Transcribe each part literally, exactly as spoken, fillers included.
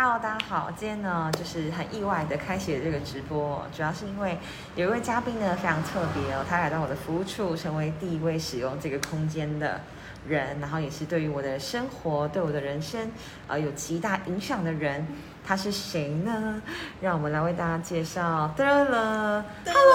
Hello， 大家好，今天呢就是很意外的开启了这个直播，主要是因为有一位嘉宾呢非常特别哦，他来到我的服务处，成为第一位使用这个空间的人，然后也是对于我的生活、对我的人生呃有极大影响的人。他是谁呢？让我们来为大家介绍。得了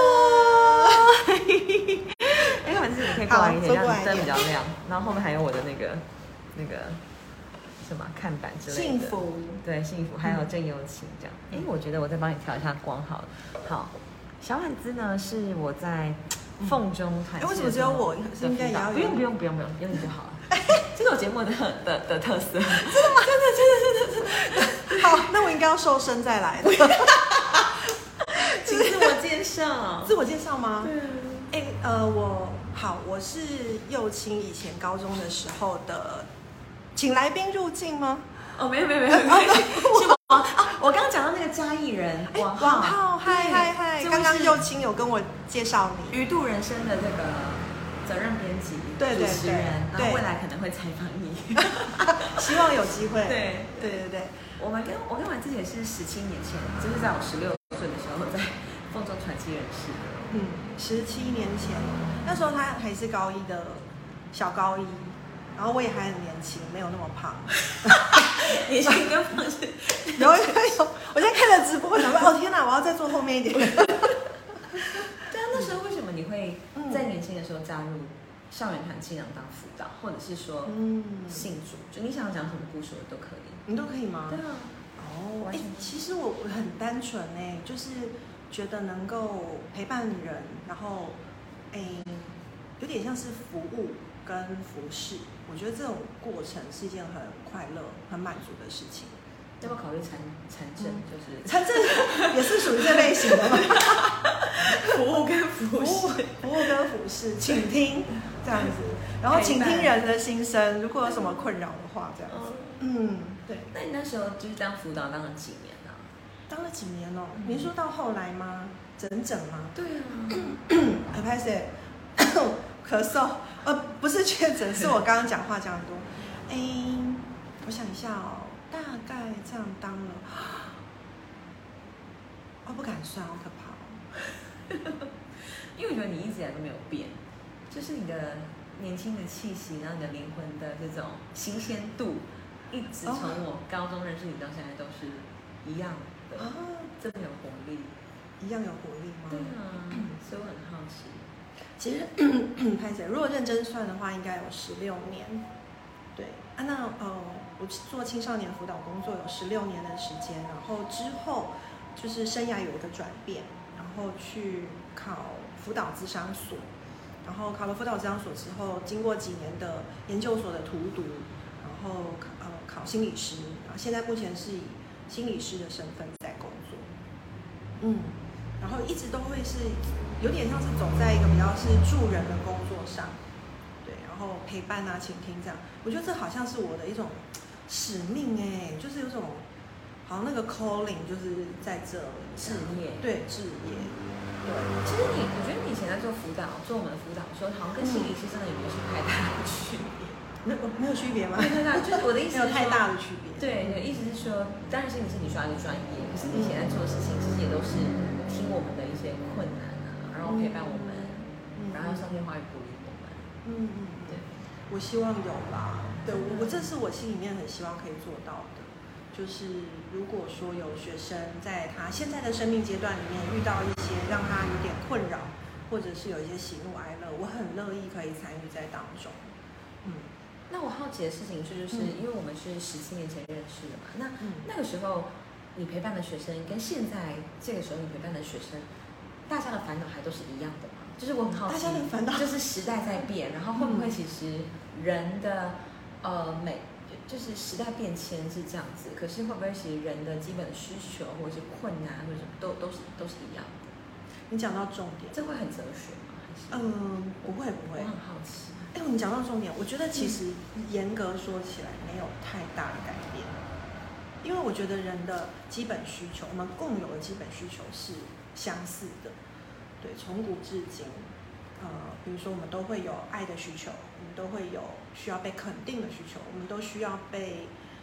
，Hello， 哎，反正你可以过来一点，这样灯比较亮，然后后面还有我的那个那个。什么看板之类的， 幸福对幸福，还有郑友情这样。哎、嗯，我觉得我再帮你调一下光好了。好，小婉姿呢是我在凤中团。 哎，为什么只有我？应该也要不用不用不用不用，有你就好了。这是我节目的的的特色。真的吗？真的真的真的真的。好，那我应该要瘦身再来的。 请自我介绍。 自我介绍吗？ 对。 哎，呃，我好，我是幼青以前高中的时候的。请来宾入境吗？ 哦，没有没有没有，是王啊！我刚刚讲到那个嘉义人王王浩，嗨嗨嗨！刚刚幼青有跟我介绍你， 鱼渡人生的这个责任编辑、 对对主持人，然后未来可能会采访你， 希望有机会。 对对对对， 我们跟我跟婉自己也是十七年前，就是在我十六岁的时候在凤中传奇认识的。 嗯，十七年前，那时候他还是高一的小高一。然后我也还很年轻，没有那么胖。 年轻跟胖是有有有，我现在看了直播，我想说，哦天哪，我要再坐后面一点。对啊，那时候为什么你会在年轻的时候加入校园团契，然后当辅导，或者是说信主？就你想讲什么故事，我都可以。 你都可以吗？ 对啊。 哦，哎，其实我很单纯哎，就是觉得能够陪伴人，然后哎，有点像是服务跟服侍。我觉得这种过程是一件很快乐、很满足的事情。 要不要考虑参参政？嗯、就是参政也是属于这类型的吗？ 服务跟服侍， 服务跟服侍，倾听这样子，然后倾听人的心声，如果有什么困扰的话，这样子。嗯，对。 那你那时候就是当辅导当了几年啊？ 当了几年哦？嗯、您说到后来吗？整整吗？ 对啊。 很拍摄，咳嗽。呃，不是确诊，是我刚刚讲话讲很多。哎，我想一下哦，大概这样当了，我、哦、不敢算，好可怕哦。因为我觉得你一直以来都没有变，就是你的年轻的气息，然后你的灵魂的这种新鲜度，一直从我高中认识你到现在都是一样的，哦、这么有活力， 一样有活力吗？ 对啊，所以我很好奇。 其实，拍摄如果认真算的话，应该有十六年。对啊，那呃，我做青少年辅导工作有十六年的时间，然后之后就是生涯有一个转变，然后去考辅导咨商所，然后考了辅导咨商所之后，经过几年的研究所的荼毒，然后呃考心理师，然后现在目前是以心理师的身份在工作。嗯，然后一直都会是。有点像是走在一个比较是助人的工作上，对，然后陪伴啊、倾听这样，我觉得这好像是我的一种使命哎，就是有种好像那个 calling 就是在这志业， 对志业，对。 其实你，我觉得你以前在做辅导，做我们的辅导的时候，好像跟心理师真的也没有什么太大的区别， 没有没有区别吗？ 没有太大，就是我的意思没有太大的区别。 对对，意思是说，当然心理师你需要一个专业，可是你以前在做的事情，其实也都是听我们的一些困难。然后陪伴我们，嗯、然后上电话也鼓励我们。 嗯嗯，对，我希望有啦。对，我我这是我心里面很希望可以做到的，就是如果说有学生在他现在的生命阶段里面遇到一些让他有点困扰，或者是有一些喜怒哀乐，我很乐意可以参与在当中。 嗯，那我好奇的事情是，就是、嗯、因为我们是十七年前认识的嘛，那、嗯、那个时候你陪伴的学生跟现在这个时候你陪伴的学生。大家的烦恼还都是一样的吗？就是我很好奇， 大家的烦恼就是时代在变，然后会不会其实人的、嗯、呃美，就是时代变迁是这样子，可是会不会其实人的基本需求或者是困难或者都都是都是一样的？ 你讲到重点， 这会很哲学吗？还是嗯，不会不会， 我很好奇。 哎，你讲到重点，我觉得其实严格说起来没有太大的改变，因为我觉得人的基本需求，我们共有的基本需求是相似的，对，从古至今，呃，比如说我们都会有爱的需求，我们都会有需要被肯定的需求，我们都需要被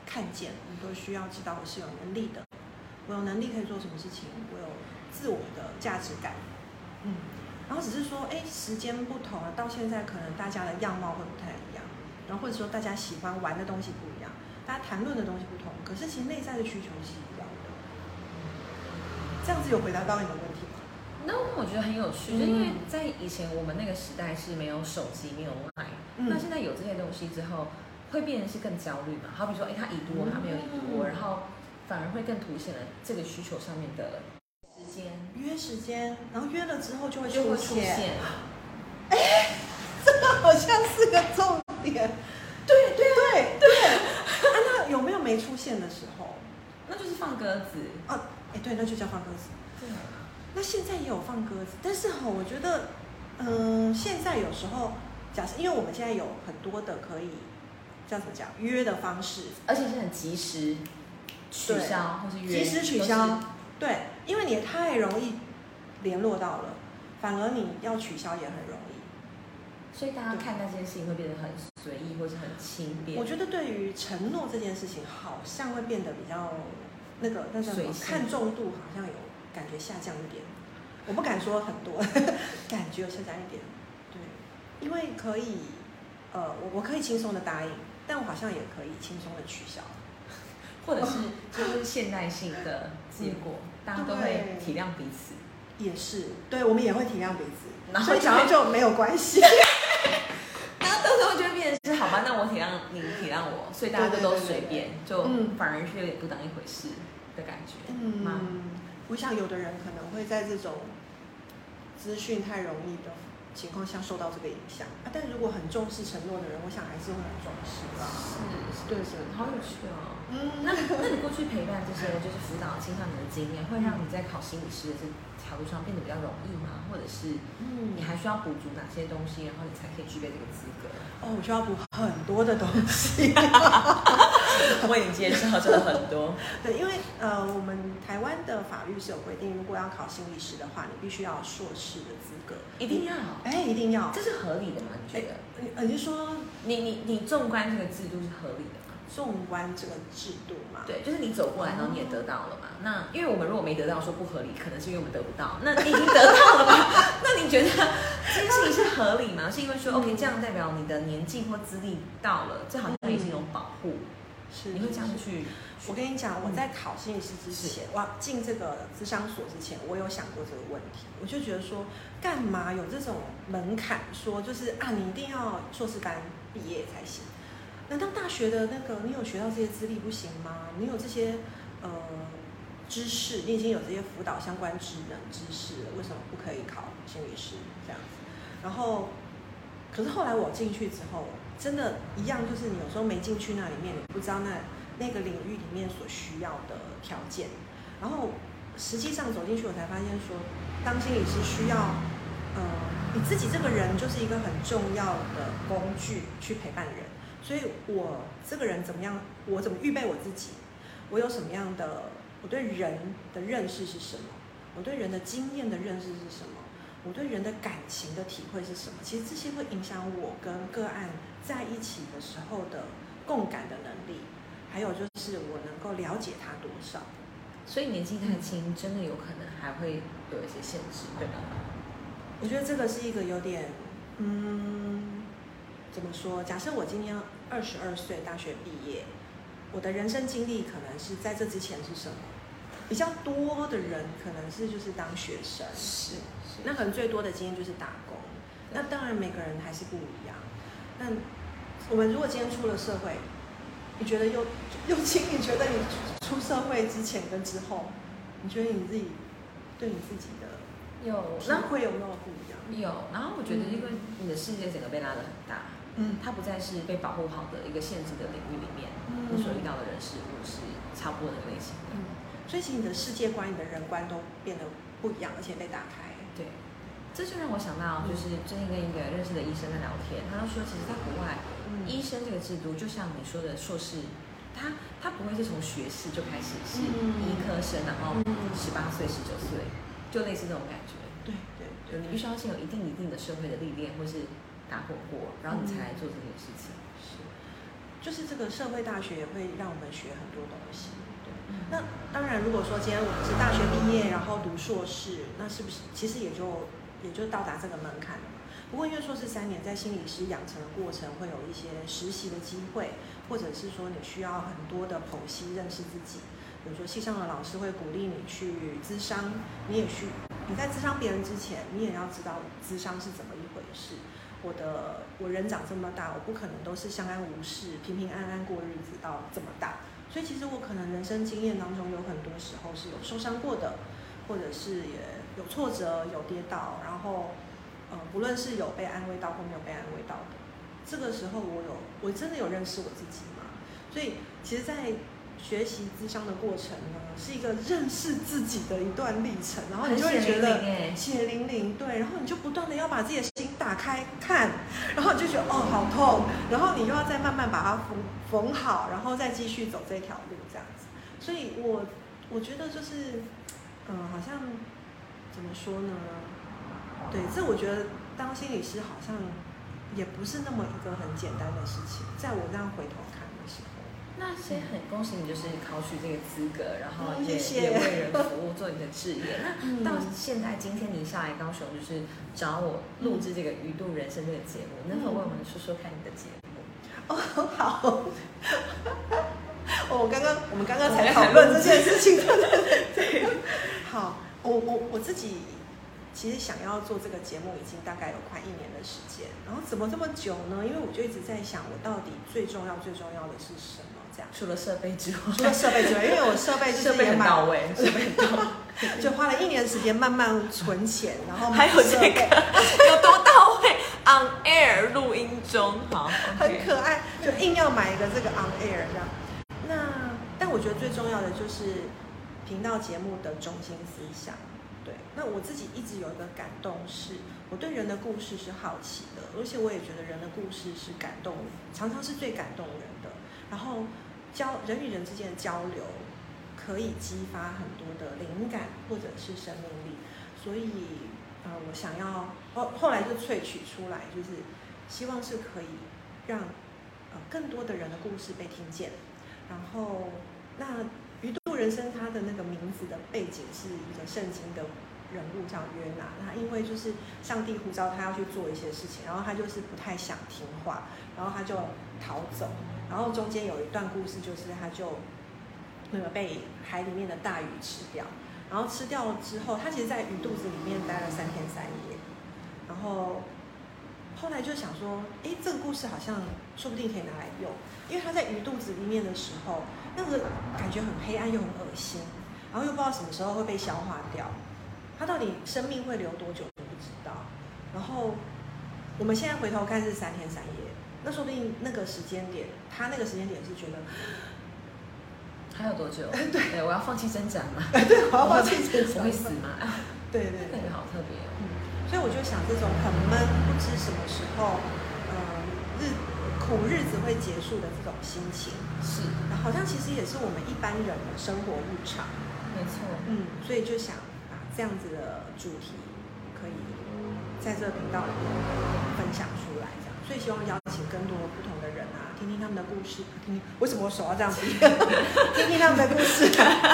看见，我们都需要知道我是有能力的，我有能力可以做什么事情，我有自我的价值感，嗯，然后只是说，哎，时间不同了，到现在可能大家的样貌会不太一样，然后或者说大家喜欢玩的东西不一样，大家谈论的东西不同，可是其实内在的需求是一样的。这样子有回答到你的问题吗？ 那我觉得很有趣，嗯、就因为在以前我们那个时代是没有手机，没有 Line，、嗯、那现在有这些东西之后，会变成是更焦虑嘛？好比说，哎，他已读我，他没有已读我，然后反而会更凸显了这个需求上面的时间， 约时间，然后约了之后就会出现。哎，这个好像是个重点。 对对对对。啊，那有没有没出现的时候？ 那就是放鸽子。 哦，哎，对，那就叫放鸽子。 对。 那现在也有放鸽子，但是哈，我觉得，嗯，现在有时候，假设因为我们现在有很多的可以叫怎么讲约的方式， 而且是很及时取消或是约， 及时取消，对，因为你太容易联络到了，反而你要取消也很容易。 所以大家看待这件事情会变得很随意，或是很轻便。 我觉得对于承诺这件事情，好像会变得比较那个那什么看重度，好像有感觉下降一点。我不敢说很多，感觉有下降一点。对，因为可以，呃，我我可以轻松的答应，但我好像也可以轻松的取消， 或者是就是现代性的结果，嗯、大家都会体谅彼此。 也是，对，我们也会体谅彼此， 然后所以讲到就没有关系。 然后到时候就会变成是好吧，那我体谅你，体谅我，所以大家就都随便，就反而是有点不当一回事的感觉。 嗯，我想有的人可能会在这种资讯太容易的情况下受到这个影响啊，但如果很重视承诺的人，我想还是会很重视吧。 是，对是，好有趣哦。嗯，那那你过去陪伴这些就是辅导青少年的经验，会让你在考心理师的这条路上变得比较容易吗？或者是嗯，你还需要补足哪些东西，然后你才可以具备这个资格？ 哦，我需要补很多的东西。 为你介绍真的很多。 对，因为呃，我们台湾的法律是有规定，如果要考心理师的话，你必须要有硕士的资格， 一定要， 哎，一定要， 这是合理的吗？你觉得？ 呃，你是说你你你纵观这个制度是合理的吗？ 纵观这个制度嘛， 对，就是你走过来，然后你也得到了嘛。哦、那因为我们如果没得到，说不合理，可能是因为我们得不到。那你已经得到了嘛？那你觉得这件事情是合理吗？是因为说、嗯、OK， 这样代表你的年纪或资历到了，这好像也是一种保护。是，你会这样去？ 我跟你讲，我在考心理师之前，我进这个咨商所之前，我有想过这个问题。我就觉得说，干嘛有这种门槛？说就是啊，你一定要硕士班毕业才行。难道大学的那个你有学到这些资历不行吗？你有这些呃知识，你已经有这些辅导相关职能知识了，为什么不可以考心理师这样子？然后，可是后来我进去之后，真的一样，就是你有时候没进去那里面，你不知道那那个领域里面所需要的条件。然后实际上走进去，我才发现说，当心理师需要呃你自己这个人就是一个很重要的工具去陪伴人。所以我这个人怎么样？我怎么预备我自己？我有什么样的？我对人的认识是什么？我对人的经验的认识是什么？我对人的感情的体会是什么？其实这些会影响我跟个案在一起的时候的共感的能力，还有就是我能够了解他多少。 所以年纪太轻，真的有可能还会有一些限制，对吧？ 我觉得这个是一个有点，嗯。怎么说？假设我今天二十二岁，大学毕业，我的人生经历可能是在这之前是什么？比较多的人可能是就是当学生， 是，是那可能最多的经验就是打工。那当然每个人还是不一样。但我们如果今天出了社会，你觉得又又青，你觉得你出社会之前跟之后，你觉得你自己对你自己的有体会有没有不一样？ 有，然后我觉得因为你的世界整个被拉得很大，嗯，它不再是被保护好的一个限制的领域里面，嗯，你所遇到的人事物是差不多的类型的， 嗯，所以其实你的世界观、你的人观都变得不一样，而且被打开。 对，这就让我想到，就是最近跟一个认识的医生在聊天，他就说，其实在国外，嗯，医生这个制度就像你说的硕士，他他不会是从学士就开始是医科生，然后十八岁、十九岁，就类似这种感觉。 对对对， 你必须要先有一定一定的社会的历练，或是打滚过，然后你才来做这件事情。 是， 就是这个社会大学也会让我们学很多东西。对，那当然，如果说今天我们是大学毕业，然后读硕士，那是不是其实也就也就到达这个门槛了？不过因为硕士三年，在心理师养成的过程会有一些实习的机会，或者是说你需要很多的剖析认识自己。比如说系上的老师会鼓励你去咨商，你也需你在咨商别人之前，你也要知道咨商是怎么一回事。我的我人长这么大，我不可能都是相安无事、平平安安过日子到这么大，所以其实我可能人生经验当中有很多时候是有受伤过的，或者是也有挫折、有跌倒，然后呃，不论是有被安慰到或没有被安慰到的，这个时候我有我真的有认识我自己嘛？所以其实，在学习咨商的过程呢，是一个认识自己的一段历程，然后你就会觉得血淋淋，对，然后你就不断的要把自己的心打开看，然后你就觉得哦好痛，然后你又要再慢慢把它缝缝好，然后再继续走这条路这样子。所以我我觉得就是，嗯、呃，好像怎么说呢？对，这我觉得当心理师好像也不是那么一个很简单的事情，在我这样回头看的时候。 那先很恭喜你，就是考取这个资格，然后也、 嗯、谢谢也为人服务，做你的志业。那到现在今天你下来高雄，就是找我录制这个《鱼度人生》这个节目，能否为我们说说看你的节目？ 哦，好。哦，我刚刚我们刚刚才讨论这件事情，对对对。好，我我我自己其实想要做这个节目已经大概有快一年的时间，然后怎么这么久呢？因为我就一直在想，我到底最重要最重要的是什么？这样除了设备之外， 除了设备之外，因为我设备就是也买， 到位，设备到位， 就花了一年时间慢慢存钱，然后还有这个有多到位 ？On air 录音中，好， okay. 很可爱，就硬要买一个这个 on air 这样。那但我觉得最重要的就是频道节目的中心思想。对，那我自己一直有一个感动是，我对人的故事是好奇的，而且我也觉得人的故事是感动，常常是最感动人的。然后交人与人之间的交流，可以激发很多的灵感或者是生命力。所以呃，我想要后后来就萃取出来，就是希望是可以让呃更多的人的故事被听见。然后那鱼度人生它的那个名字的背景是一个圣经的人物叫约拿，他因为就是上帝呼召他要去做一些事情，然后他就是不太想听话，然后他就逃走，然后中间有一段故事就是他就那个被海里面的大鱼吃掉，然后吃掉了之后，他其实在鱼肚子里面待了三天三夜，然后后来就想说，哎，这个故事好像说不定可以拿来用，因为他在鱼肚子里面的时候，那个感觉很黑暗又很恶心，然后又不知道什么时候会被消化掉，他到底生命会留多久都不知道。然后我们现在回头看是三天三夜，那说不定那个时间点，他那个时间点是觉得还有多久？ 对， 对，我要放弃挣扎吗？ 对，我要放弃挣扎， 我会死吗？ 对对对， 感觉好特别哦。 嗯，所以我就想，这种很闷，不知什么时候，呃，日苦日子会结束的这种心情， 是， 好像其实也是我们一般人的生活日常。 没错。 嗯，所以就想把这样子的主题，可以在这个频道里面分享出来，这样。所以希望邀请更多不同的人啊，听听他们的故事，听听为什么我手要这样比，听听他们的故事，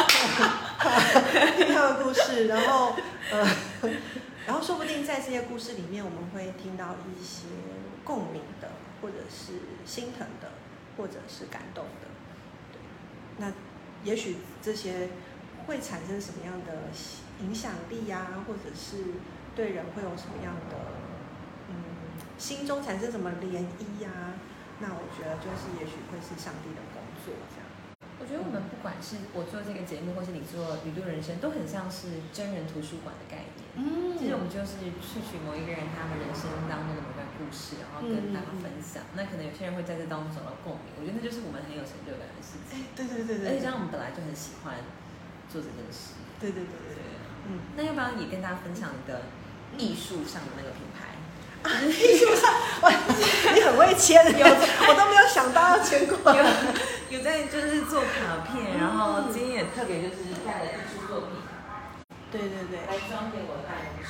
听他们的故事，然后呃，然后说不定在这些故事里面，我们会听到一些共鸣的，或者是心疼的，或者是感动的。对，那也许这些会产生什么样的影响力呀、啊，或者是对人会有什么样的嗯心中产生什么涟漪呀、啊？那我觉得就是也许会是上帝的工作这样。 我觉得我们不管是我做这个节目，或是你做《鱼度人生》，都很像是真人图书馆的概念。嗯，其实我们就是萃取某一个人他们人生当中的某段故事，然后跟大家分享。嗯、那可能有些人会在这当中找到共鸣，我觉得那就是我们很有成就感的事情。 对对对对， 而且像我们本来就很喜欢做这件事。 对对对对对。嗯， 那要不要也跟大家分享你的艺术上的那个品牌？ 啊、艺术上，你很会签，有我都没有想到要签过。 有有在就是做卡片，然后今天也特别就是带了艺术作品， 对对对， 来装给我的办公室。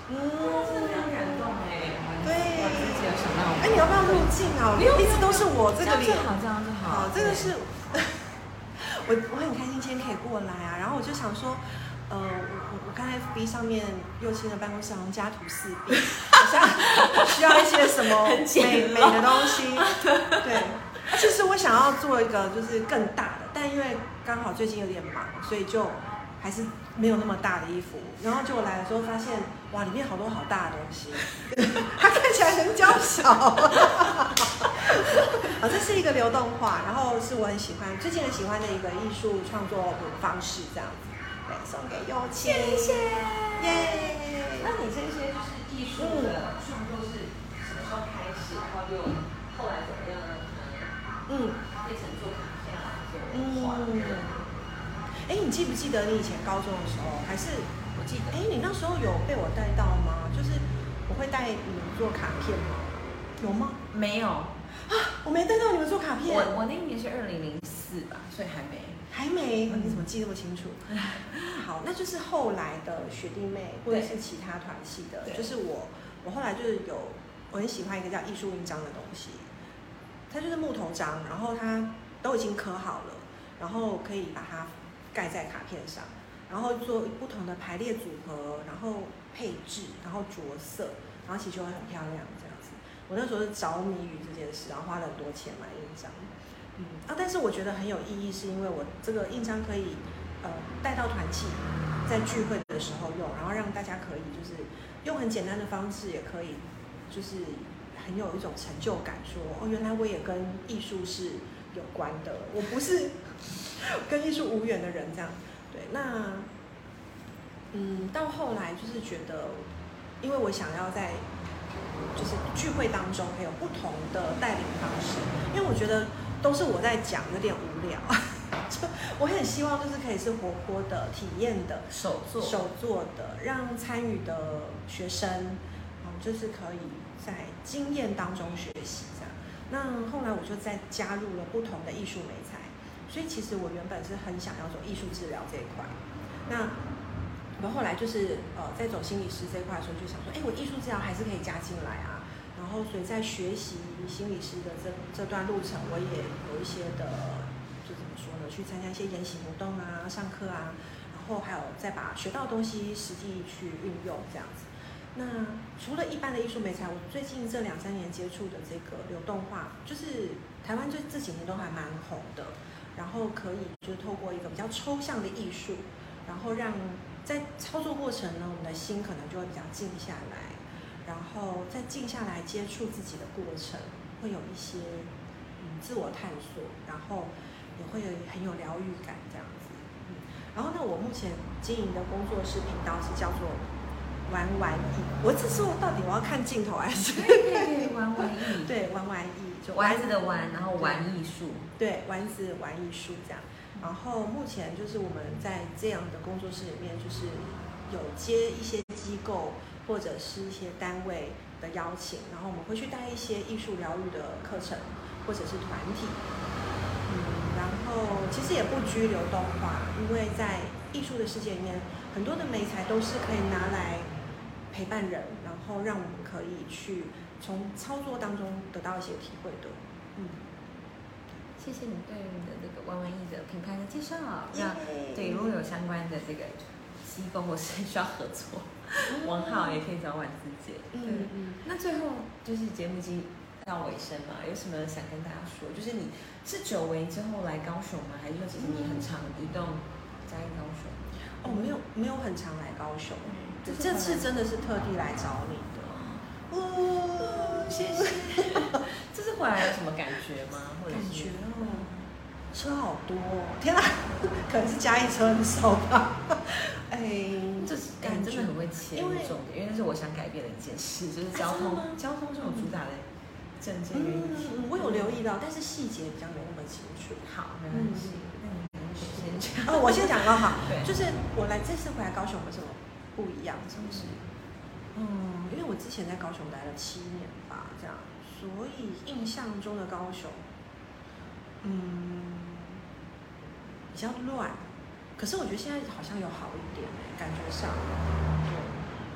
嗯， 真的非常感动哎。 对， 我自己有想到。 哎，你要不要入镜啊？一直都是我这个脸。 好，这样就好。 好，这个是我我很开心今天可以过来啊，然后我就想说。呃，我我看 F B 上面右青的办公室好像家徒四壁，好像需要一些什么美美的东西。对，其实我想要做一个就是更大的，但因为刚好最近有点忙，所以就还是没有那么大的衣服。然后结果来的时候发现，哇，里面好多好大的东西，它看起来很娇小。啊，这是一个流动画，然后是我很喜欢，最近很喜欢的一个艺术创作方式，这样子。送给右青， 谢谢， 耶！ 那你这些就是艺术的创作是什么时候开始？然后又后来怎么样让它嗯变成做卡片啊，做画？ 哎，你记不记得你以前高中的时候？还是我记得。 哎，你那时候有被我带到吗？就是我会带你们做卡片吗？有吗？ 没有啊，我没带到你们做卡片。 我我那一年是二零零四吧，所以还没。 还没、嗯，你怎么记那么清楚？好，那就是后来的学弟妹或者是其他团系的，就是我，我后来就是有，我很喜欢一个叫艺术印章的东西，它就是木头章，然后它都已经刻好了，然后可以把它盖在卡片上，然后做不同的排列组合，然后配置，然后着色，然后其实就会很漂亮这样子。我那时候是着迷于这件事，然后花了很多钱买印章。嗯啊，但是我觉得很有意义，是因为我这个印章可以，呃，带到团契，在聚会的时候用，然后让大家可以就是用很简单的方式，也可以就是很有一种成就感说，说哦，原来我也跟艺术是有关的，我不是跟艺术无缘的人这样。对，那嗯，到后来就是觉得，因为我想要在就是聚会当中还有不同的带领方式，因为我觉得。都是我在讲，有点无聊。就我很希望就是可以是活泼的、体验的、 手作、 手作的，让参与的学生，嗯，就是可以在经验当中学习这样。那后来我就再加入了不同的艺术媒材，所以其实我原本是很想要走艺术治疗这一块。那我后来就是呃，在走心理师这一块的时候，就想说，哎，我艺术治疗还是可以加进来啊。然后，所以在学习心理师的这这段路程，我也有一些的，就怎么说呢？去参加一些研习活动啊、上课啊，然后还有再把学到的东西实际去运用这样子。那除了一般的艺术媒材，我最近这两三年接触的这个流动画，就是台湾这这几年都还蛮红的。然后可以就是透过一个比较抽象的艺术，然后让在操作过程呢，我们的心可能就会比较静下来。然后再静下来接触自己的过程，会有一些嗯自我探索，然后也会有很有疗愈感这样子。嗯，然后呢，我目前经营的工作室频道是叫做玩玩艺。我这时候到底我要看镜头还是？ 可以可以玩玩艺。 对，玩玩艺， 就丸子的丸，然后玩艺术。 对，丸子玩艺术这样。然后目前就是我们在这样的工作室里面，就是有接一些机构。或者是一些单位的邀请，然后我们会去带一些艺术疗愈的课程，或者是团体。嗯，然后其实也不拘流动化，因为在艺术的世界里面，很多的媒材都是可以拿来陪伴人，然后让我们可以去从操作当中得到一些体会的。嗯， 谢谢你对你的这个玩玩艺的品牌的介绍。那对，如果有相关的这个机构或是需要合作。王浩也可以找婉子姐。嗯嗯。那最后就是节目机到尾声嘛，有什么想跟大家说？就是你是久违之后来高雄吗？还是说其实你很常移动嘉义高雄？ 哦，没有没有很常来高雄，嗯、这次真的是特地来找你的。 哦，谢谢。这次回来有什么感觉吗？或者感觉哦，车好多、哦，天哪，可能是嘉义车很少吧。哎， 这是感觉真的很会切入重点，因为那是我想改变的一件事，就是交通，交通这种主打的政见原因。 嗯，我有留意到，但是细节比较没那么清楚。 好，没关系。那你先讲。 哦，我先讲刚好。对，就是我来这次回来高雄有什么不一样？是不是？嗯，因为我之前在高雄待了七年吧，这样，所以印象中的高雄，嗯，比较乱。可是我觉得现在好像有好一点，感觉上，对，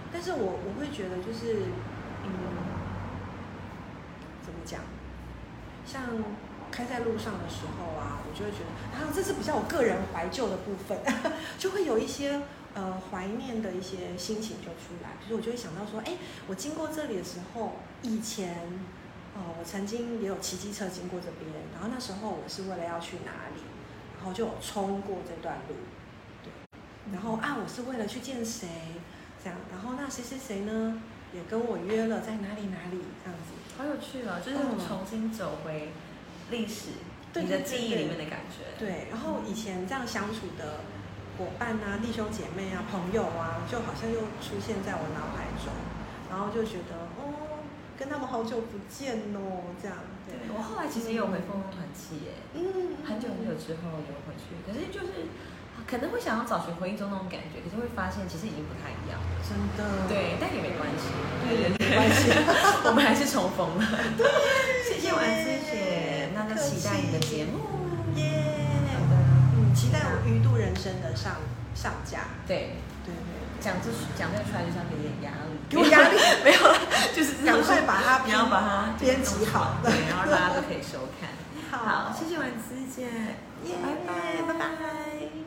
但是我我会觉得就是，嗯，怎么讲？像开在路上的时候啊，我就会觉得，啊，这是比较我个人怀旧的部分，就会有一些呃怀念的一些心情就出来。比如我就会想到说，哎，我经过这里的时候，以前，哦、呃，我曾经也有骑机车经过这边，然后那时候我是为了要去哪里，然后就有冲过这段路，对，然后啊，我是为了去见谁，这样，然后那谁谁谁呢，也跟我约了在哪里哪里这样子。 好有趣哦，就是重新走回历史， 嗯、 你的记忆里面的感觉。 对，然后以前这样相处的伙伴啊、弟兄姐妹啊、朋友啊，就好像又出现在我脑海中，然后就觉得哦，跟他们好久不见哦，这样。 对，对我后来其实也有回凤凰团契耶，嗯，很久很久之后有回去，可是就是可能会想要找寻回忆中那种感觉，可是会发现其实已经不太一样了， 真的。 对，但也没关系， 对，没关系， 我们还是重逢了。 对， 谢谢丸子姐，那就期待你的节目， 耶。 好的， 嗯，期待我鱼肚人生的上上架。 对对对，讲这讲这个出来就像给点压力， 给我压力没有，就是赶快把它你要把它编辑好， 对，然后大家都可以收看。 好， 谢谢丸子姐， 耶， 拜拜， 拜拜。